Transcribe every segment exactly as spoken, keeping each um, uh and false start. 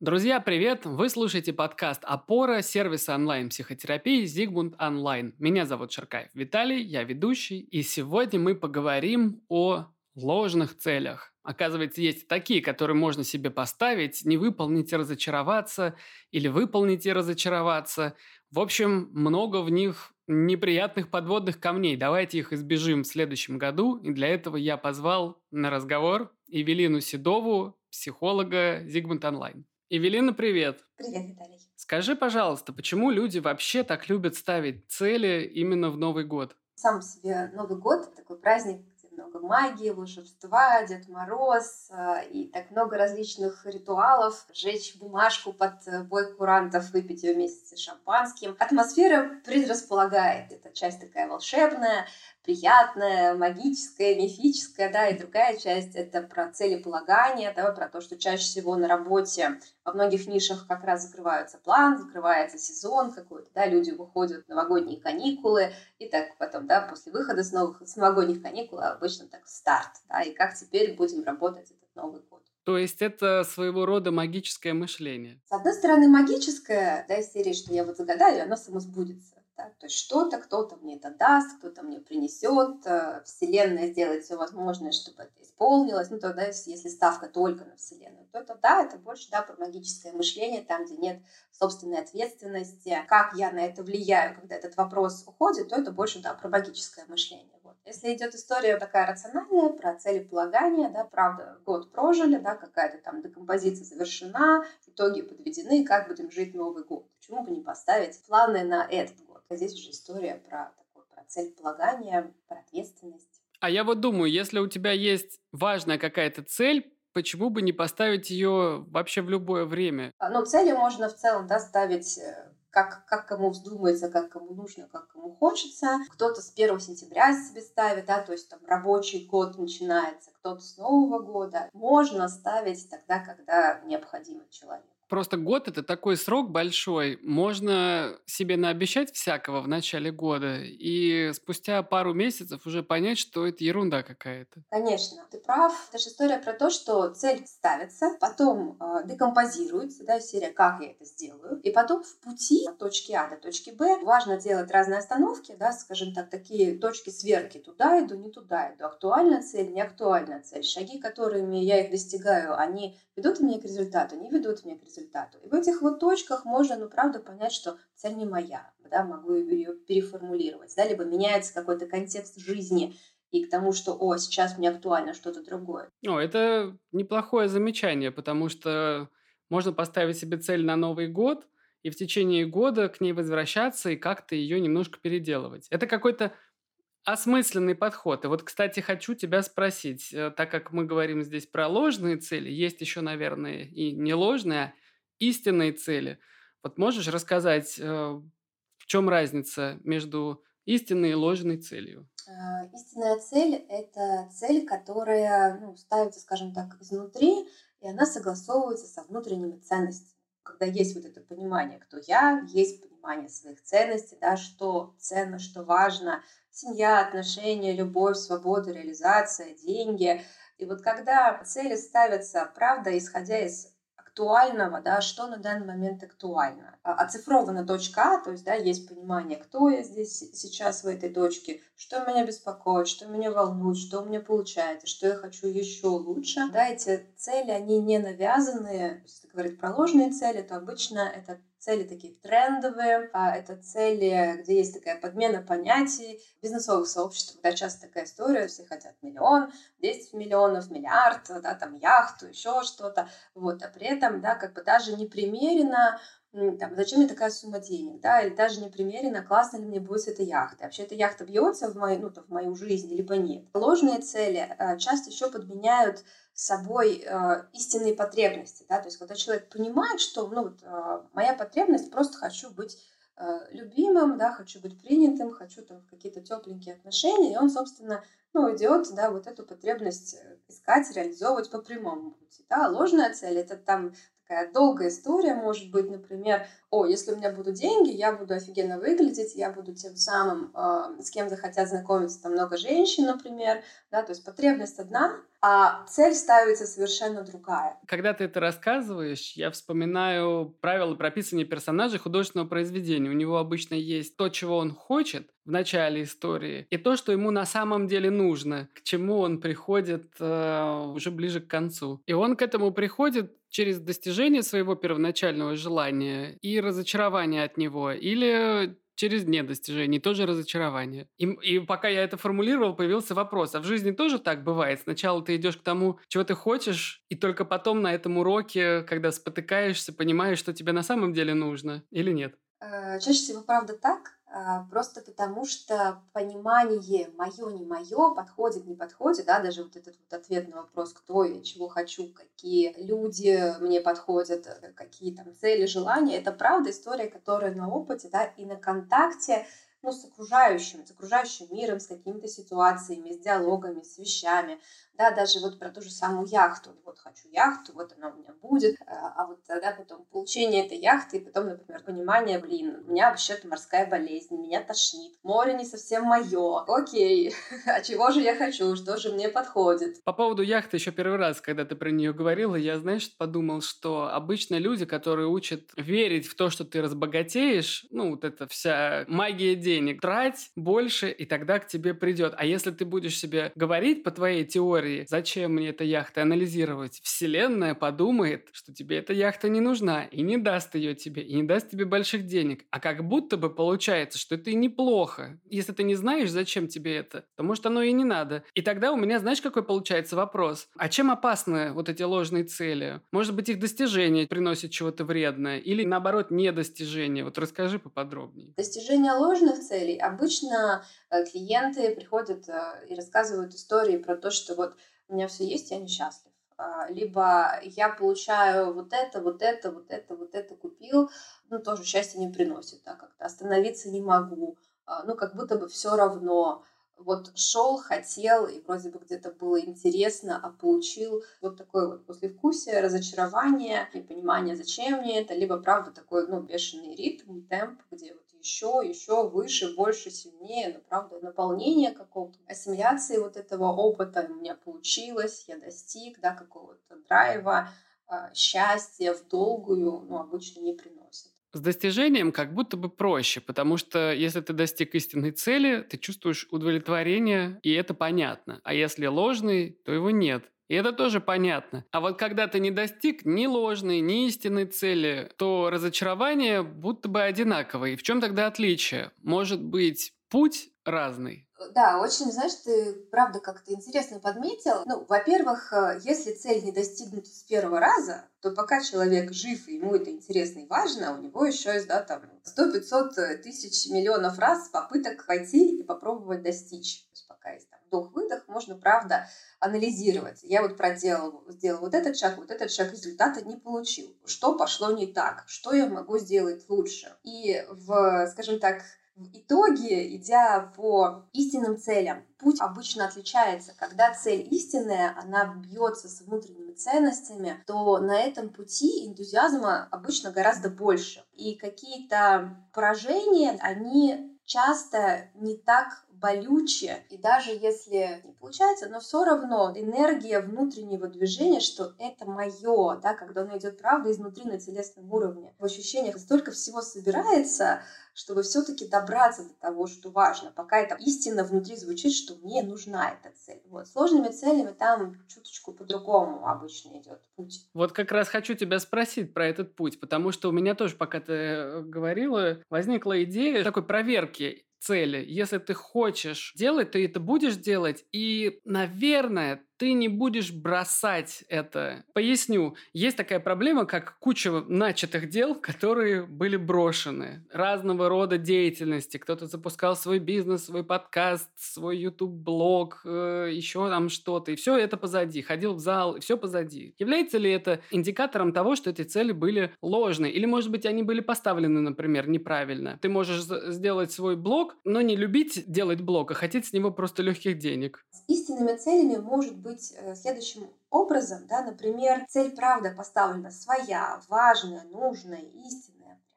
Друзья, привет! Вы слушаете подкаст «Опора» сервиса онлайн-психотерапии «Зигмунд Онлайн». Меня зовут Шаркаев Виталий, я ведущий, и сегодня мы поговорим о ложных целях. Оказывается, есть такие, которые можно себе поставить, не выполнить и разочароваться, или выполнить и разочароваться. В общем, много в них неприятных подводных камней. Давайте их избежим в следующем году, и для этого я позвал на разговор Эвелину Седову, психолога «Зигмунд Онлайн». Эвелина, привет! Привет, Виталий. Скажи, пожалуйста, почему люди вообще так любят ставить цели именно в Новый год? Сам по себе Новый год такой праздник, где много магии, волшебства, Дед Мороз э, и так много различных ритуалов. Сжечь бумажку под э, бой курантов, выпить ее вместе с шампанским. Атмосфера предрасполагает. Это часть такая волшебная, приятная, магическая, мифическая, да, и другая часть — это про целеполагание, да, про то, что чаще всего на работе во многих нишах как раз закрывается план, закрывается сезон какой-то, да, люди выходят в новогодние каникулы, и так потом, да, после выхода с, новых, с новогодних каникул обычно так старт, да, и как теперь будем работать этот Новый год. То есть это своего рода магическое мышление. С одной стороны, магическое, да, из серии, что я вот загадаю, и оно само сбудется. Да? То есть что-то кто-то мне это даст, кто-то мне принесет, э, Вселенная сделает все возможное, чтобы это исполнилось. Ну, тогда, если ставка только на Вселенную, то это, да, это больше, да, про магическое мышление, там, где нет собственной ответственности. Как я на это влияю, когда этот вопрос уходит, то это больше, да, про магическое мышление. Вот. Если идет история такая рациональная, про целеполагание, да, правда, год прожили, да, какая-то там декомпозиция завершена, итоги подведены, как будем жить Новый год. Почему бы не поставить планы на этот год? А здесь уже история про такое, про целеполагание, про ответственность. А я вот думаю, если у тебя есть важная какая-то цель, почему бы не поставить ее вообще в любое время? А, Но цели можно в целом, да, ставить э, как, как кому вздумается, как кому нужно, как кому хочется. Кто-то с первого сентября себе ставит, да, то есть там рабочий год начинается, кто-то с Нового года. Можно ставить тогда, когда необходимо человеку. Просто год — это такой срок большой. Можно себе наобещать всякого в начале года и спустя пару месяцев уже понять, что это ерунда какая-то. Конечно, ты прав. Это же история про то, что цель ставится, потом э, декомпозируется, да, серия «Как я это сделаю?», и потом в пути от точки А до точки Б важно делать разные остановки, да, скажем так, такие точки сверки. Туда иду, не туда иду. Актуальная цель, не актуальная цель. Шаги, которыми я их достигаю, они ведут меня к результату, не ведут меня к результату. И в этих вот точках можно, ну, правда, понять, что цель не моя, да, могу ее переформулировать, да, либо меняется какой-то контекст жизни, и к тому, что, о, сейчас мне актуально что-то другое. О, это неплохое замечание, потому что можно поставить себе цель на Новый год и в течение года к ней возвращаться и как-то ее немножко переделывать. Это какой-то осмысленный подход. И вот, кстати, хочу тебя спросить, э, так как мы говорим здесь про ложные цели, есть еще, наверное, и не ложные, а истинные цели. Вот можешь рассказать, э, в чем разница между истинной и ложной целью? А, Истинная цель — это цель, которая, ну, ставится, скажем так, изнутри, и она согласовывается со внутренними ценностями. Когда есть вот это понимание, кто я, есть понимание своих ценностей, да, что ценно, что важно, семья, отношения, любовь, свобода, реализация, деньги. И вот когда цели ставятся, правда, исходя из актуального, да, что на данный момент актуально. А- Оцифрована точка А, то есть, да, есть понимание, кто я здесь с- сейчас в этой точке, что меня беспокоит, что меня волнует, что у меня получается, что я хочу еще лучше. Да, эти цели, они не навязанные. Если говорить про ложные цели, то обычно это цели такие трендовые, а это цели, где есть такая подмена понятий. В бизнесовых сообществах, да, часто такая история, все хотят миллион, десять миллионов, миллиард, да, там яхту, еще что-то. Вот, а при этом, да, как бы даже не примерено, м, там, зачем мне такая сумма денег, да, или даже не примерено, классно ли мне будет с этой яхтой. Вообще эта яхта бьется в мою, ну, там, в мою жизнь, либо нет. Ложные цели э, часто еще подменяют собой э, истинные потребности, да, то есть когда человек понимает, что, ну, вот, э, моя потребность, просто хочу быть э, любимым, да, хочу быть принятым, хочу там в какие-то тепленькие отношения, и он, собственно, ну, идет, да, вот эту потребность э, искать, реализовывать по прямому пути, да. Ложная цель — это там такая долгая история, может быть, например, о, если у меня будут деньги, я буду офигенно выглядеть, я буду тем самым, э, с кем захотят знакомиться, там много женщин, например, да, то есть потребность одна, а цель ставится совершенно другая. Когда ты это рассказываешь, я вспоминаю правила прописания персонажей художественного произведения. У него обычно есть то, чего он хочет в начале истории, и то, что ему на самом деле нужно, к чему он приходит э, уже ближе к концу. И он к этому приходит через достижение своего первоначального желания и разочарование от него, или через недостижение, тоже разочарование. И, и пока я это формулировал, появился вопрос, а в жизни тоже так бывает? Сначала ты идешь к тому, чего ты хочешь, и только потом на этом уроке, когда спотыкаешься, понимаешь, что тебе на самом деле нужно или нет? Э, Чаще всего, правда, так, а, просто потому что понимание мое, не мое, подходит, не подходит, да, даже вот этот вот ответ на вопрос, кто я, чего хочу, какие люди мне подходят, э, какие там цели, желания, это правда история, которая на опыте, да, и на контакте, ну, с окружающим, с окружающим миром, с какими-то ситуациями, с диалогами, с вещами, да, даже вот про ту же самую яхту, вот хочу яхту, вот она у меня будет, а а вот тогда потом получение этой яхты, и потом, например, понимание, блин, у меня вообще-то морская болезнь, меня тошнит, море не совсем мое, окей, а чего же я хочу, что же мне подходит? По поводу яхты еще первый раз, когда ты про нее говорила, я, знаешь, подумал, что обычно люди, которые учат верить в то, что ты разбогатеешь, ну, вот эта вся магия денег, трать больше, и тогда к тебе придет. А если ты будешь себе говорить по твоей теории, зачем мне эта яхта, анализировать, Вселенная подумает, что тебе эта яхта не нужна, и не даст ее тебе, и не даст тебе больших денег. А как будто бы получается, что это и неплохо. Если ты не знаешь, зачем тебе это, то, может, оно и не надо. И тогда у меня, знаешь, какой получается вопрос? А чем опасны вот эти ложные цели? Может быть, их достижение приносит чего-то вредное? Или, наоборот, недостижение? Вот расскажи поподробнее. Достижение ложных целей обычно э, клиенты приходят э, и рассказывают истории про то, что вот у меня все есть, я несчастлив. А, Либо я получаю вот это, вот это, вот это, вот это купил, ну тоже счастье не приносит, да, как-то остановиться не могу, а, ну как будто бы все равно. Вот шел, хотел, и вроде бы где-то было интересно, а получил вот такое вот послевкусие, разочарование, непонимание, зачем мне это, либо, правда, такой, ну, бешеный ритм, темп, где вот еще, еще выше, больше, сильнее, но, правда, наполнение какого-то, ассимиляции вот этого опыта у меня получилось, я достиг, да, какого-то драйва, а, счастья в долгую, ну, обычно не приносит. С достижением как будто бы проще, потому что если ты достиг истинной цели, ты чувствуешь удовлетворение, и это понятно. А если ложный, то его нет. И это тоже понятно. А вот когда ты не достиг ни ложной, ни истинной цели, то разочарование будто бы одинаковое. И в чем тогда отличие? Может быть, путь разный? Да, очень, знаешь, ты правда как-то интересно подметил. Ну, во-первых, э, если цель не достигнута с первого раза, то пока человек жив и ему это интересно и важно, у него еще есть, да, там сто пятьсот тысяч миллионов раз попыток пойти и попробовать достичь. То есть пока есть там вдох-выдох, можно, правда, анализировать. Я вот проделал, сделал вот этот шаг, вот этот шаг, результата не получил. Что пошло не так? Что я могу сделать лучше? И в, скажем так, в итоге, идя по истинным целям, путь обычно отличается. Когда цель истинная, она бьется с внутренними ценностями, то на этом пути энтузиазма обычно гораздо больше. И какие-то поражения, они часто не так болючие. И даже если не получается, но все равно энергия внутреннего движения, что это мое, да, когда оно идет правда изнутри на телесном уровне. В ощущениях столько всего собирается, чтобы все-таки добраться до того, что важно, пока это истинно внутри звучит, что мне нужна эта цель. Вот. Сложными целями там чуточку по-другому обычно идет путь. Вот как раз хочу тебя спросить про этот путь, потому что у меня тоже, пока ты э, говорила, возникла идея такой проверки цели. Если ты хочешь делать, ты это будешь делать, и, наверное, ты не будешь бросать это. Поясню. Есть такая проблема, как куча начатых дел, которые были брошены. Разного рода деятельности. Кто-то запускал свой бизнес, свой подкаст, свой YouTube-блог, э, еще там что-то. И все это позади. Ходил в зал, и все позади. Является ли это индикатором того, что эти цели были ложные? Или, может быть, они были поставлены, например, неправильно? Ты можешь з- сделать свой блог, но не любить делать блог, а хотеть с него просто легких денег. С истинными целями может быть э, следующим образом, да, например, цель правда поставлена своя, важная, нужная, истинная, вот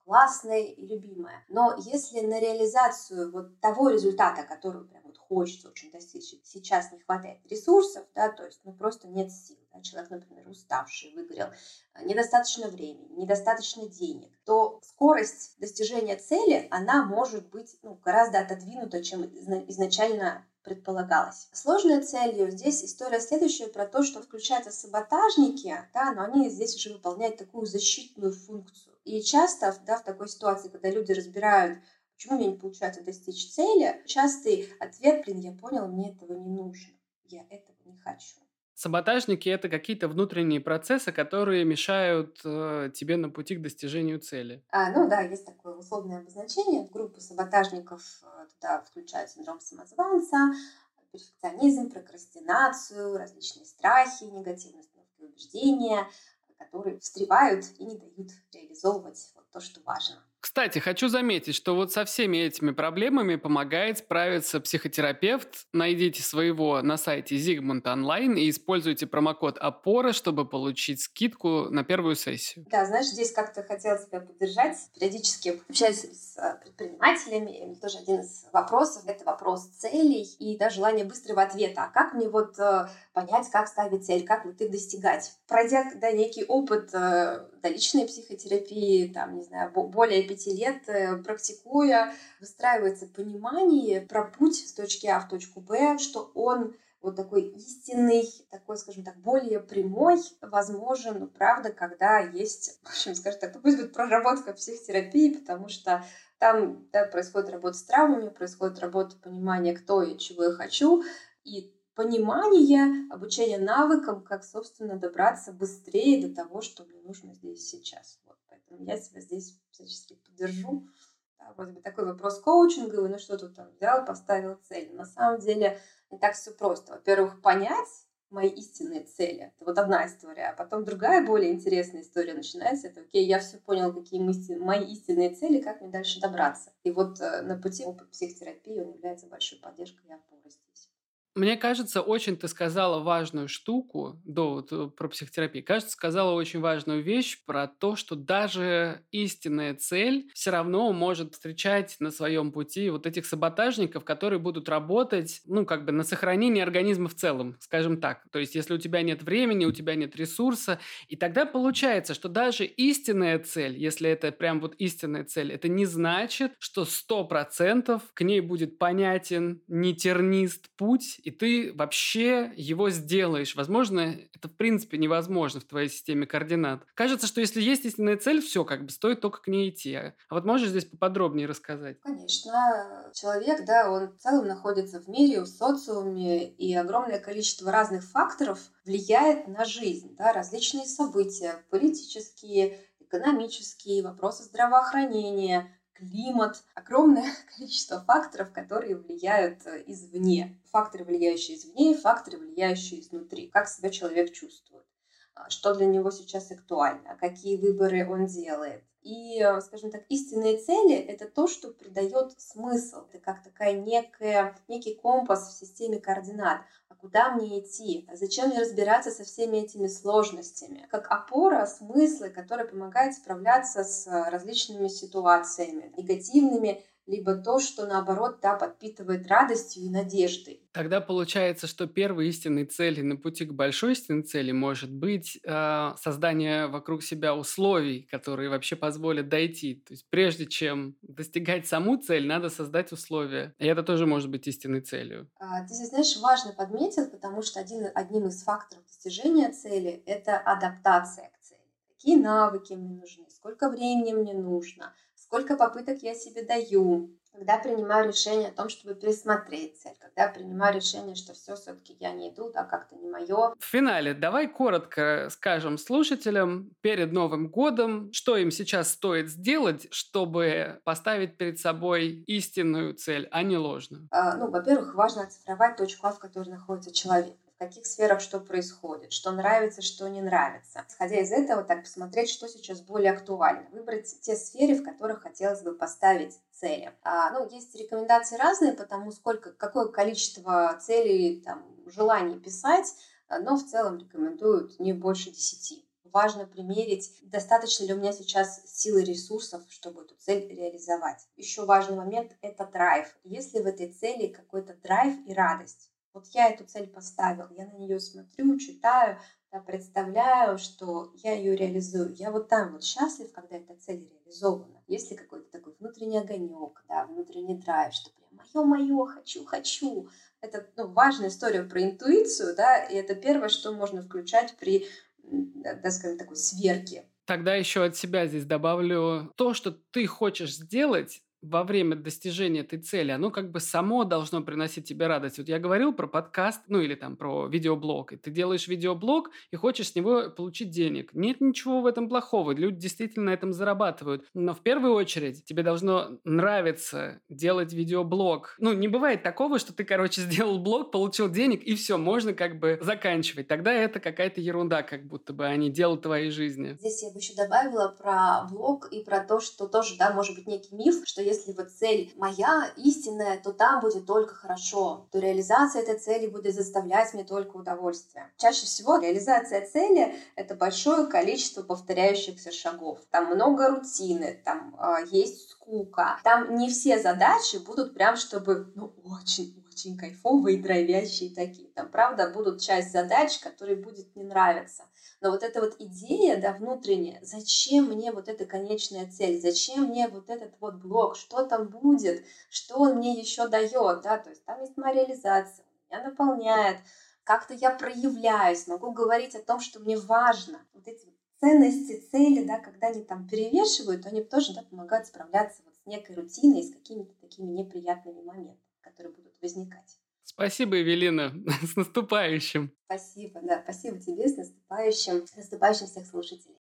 классная и любимая. Но если на реализацию вот того результата, который прям вот хочется очень достичь, сейчас не хватает ресурсов, да, то есть ну, просто нет сил, да, человек, например, уставший, выгорел, недостаточно времени, недостаточно денег, то скорость достижения цели, она может быть ну, гораздо отодвинута, чем изначально предполагалось. Сложной целью здесь история следующая про то, что включаются саботажники, да, но они здесь уже выполняют такую защитную функцию. И часто да, в такой ситуации, когда люди разбирают, почему мне не получается достичь цели, частый ответ, блин, я понял, мне этого не нужно, я этого не хочу. Саботажники– это какие-то внутренние процессы, которые мешают э, тебе на пути к достижению цели. А, ну да, есть такое условное обозначение. В группу саботажников э, туда включают синдром самозванца, перфекционизм, прокрастинацию, различные страхи, негативные установки и убеждения, которые встревают и не дают реализовывать вот то, что важно. Кстати, хочу заметить, что вот со всеми этими проблемами помогает справиться психотерапевт. Найдите своего на сайте Zigmund Online и используйте промокод «Опора», чтобы получить скидку на первую сессию. Да, знаешь, здесь как-то хотела тебя поддержать. Периодически общаюсь с предпринимателями. И тоже один из вопросов – это вопрос целей и да, желание быстрого ответа. А как мне вот э, понять, как ставить цель, как вот их достигать? Пройдя да, некий опыт э, да, личной психотерапии, там, не знаю, более пяти лет э, практикуя, выстраивается понимание про путь с точки А в точку Б, что он вот такой истинный, такой, скажем так, более прямой, возможен, ну, правда, когда есть, в общем, скажем так, ну, пусть будет проработка психотерапии, потому что там да, происходит работа с травмами, происходит работа понимания, кто и чего я хочу, и понимание, обучение навыкам, как, собственно, добраться быстрее до того, что мне нужно здесь сейчас. Вот, поэтому я себя здесь всячески поддержу. Да, вроде бы такой вопрос коучинговый, ну что тут там взял, поставил цель. На самом деле не так все просто. Во-первых, понять мои истинные цели. Это вот одна история. А потом другая, более интересная история начинается. Это окей, я все понял, какие мои истинные цели, как мне дальше добраться. И вот э, на пути опыт психотерапии он является большой поддержкой и опорой здесь. Мне кажется, очень ты сказала важную штуку, до вот, э, про психотерапию. Кажется, сказала очень важную вещь про то, что даже истинная цель все равно может встречать на своем пути вот этих саботажников, которые будут работать, ну, как бы на сохранение организма в целом, скажем так. То есть, если у тебя нет времени, у тебя нет ресурса, и тогда получается, что даже истинная цель, если это прям вот истинная цель, это не значит, что сто процентов к ней будет понятен, не тернист путь, и ты вообще его сделаешь. Возможно, это в принципе невозможно в твоей системе координат. Кажется, что если есть истинная цель, все, как бы стоит только к ней идти. А вот можешь здесь поподробнее рассказать? Конечно, человек, да, он в целом находится в мире, в социуме, и огромное количество разных факторов влияет на жизнь, да, различные события, политические, экономические, вопросы здравоохранения, климат, огромное количество факторов, которые влияют э, извне. Факторы, влияющие извне, и факторы, влияющие изнутри. Как себя человек чувствует, а, что для него сейчас актуально, какие выборы он делает. И, э, скажем так, истинные цели – это то, что придает смысл. Это как такая некая, некий компас в системе координат. А куда мне идти? А зачем мне разбираться со всеми этими сложностями? Как опора, смыслы, которые помогают справляться с различными ситуациями, негативными, либо то, что, наоборот, да, подпитывает радостью и надеждой. Тогда получается, что первой истинной целью на пути к большой истинной цели может быть э, создание вокруг себя условий, которые вообще позволят дойти. То есть прежде чем достигать саму цель, надо создать условия. И это тоже может быть истинной целью. А, Ты здесь, знаешь, важно подметил, потому что один, одним из факторов достижения цели – это адаптация к цели. Какие навыки мне нужны, сколько времени мне нужно, сколько попыток я себе даю, когда принимаю решение о том, чтобы пересмотреть цель, когда принимаю решение, что все, все-таки я не иду, да, как-то не мое. В финале давай коротко скажем слушателям перед Новым годом, что им сейчас стоит сделать, чтобы поставить перед собой истинную цель, а не ложную. А, Ну, во-первых, важно оцифровать точку А, в которой находится человек. В каких сферах что происходит, что нравится, что не нравится. Исходя из этого, так посмотреть, что сейчас более актуально. Выбрать те сферы, в которых хотелось бы поставить цели. А, ну, есть рекомендации разные, потому сколько, какое количество целей, там, желаний писать, но в целом рекомендуют не больше десяти. важно примерить, достаточно ли у меня сейчас силы и ресурсов, чтобы эту цель реализовать. Еще важный момент — это драйв. Есть ли в этой цели какой-то драйв и радость? Вот я эту цель поставил, я на нее смотрю, читаю, да, представляю, что я ее реализую. Я вот там вот счастлив, когда эта цель реализована. Есть ли какой-то такой внутренний огонек, да, внутренний драйв, что прям мое-мое, хочу, хочу. Это, ну, важная история про интуицию, да, и это первое, что можно включать при, да, скажем, такой сверке. Тогда еще от себя здесь добавлю то, что ты хочешь сделать во время достижения этой цели, оно как бы само должно приносить тебе радость. Вот я говорил про подкаст, ну или там про видеоблог, и ты делаешь видеоблог и хочешь с него получить денег. Нет ничего в этом плохого, люди действительно на этом зарабатывают. Но в первую очередь тебе должно нравиться делать видеоблог. Ну, не бывает такого, что ты, короче, сделал блог, получил денег, и все, можно как бы заканчивать. Тогда это какая-то ерунда, как будто бы, а не дело твоей жизни. Здесь я бы еще добавила про блог и про то, что тоже, да, может быть некий миф, что если вот цель моя истинная, то там будет только хорошо, то реализация этой цели будет заставлять мне только удовольствие. Чаще всего реализация цели — это большое количество повторяющихся шагов. Там много рутины, там э, есть скука. Там не все задачи будут прям, чтобы, ну, очень-очень кайфовые и драйвящие такие. Там, правда, будут часть задач, которые будет не нравиться. Но вот эта вот идея, да, внутренняя, зачем мне вот эта конечная цель, зачем мне вот этот вот блок, что там будет, что он мне еще дает, да, то есть там есть моя реализация, меня наполняет, как-то я проявляюсь, могу говорить о том, что мне важно. Вот эти вот ценности, цели, да, когда они там перевешивают, то они тоже, да, помогают справляться вот с некой рутиной и с какими-то такими неприятными моментами, которые будут возникать. Спасибо, Эвелина. С наступающим. Спасибо, да, спасибо тебе, с наступающим, с наступающим всех слушателей.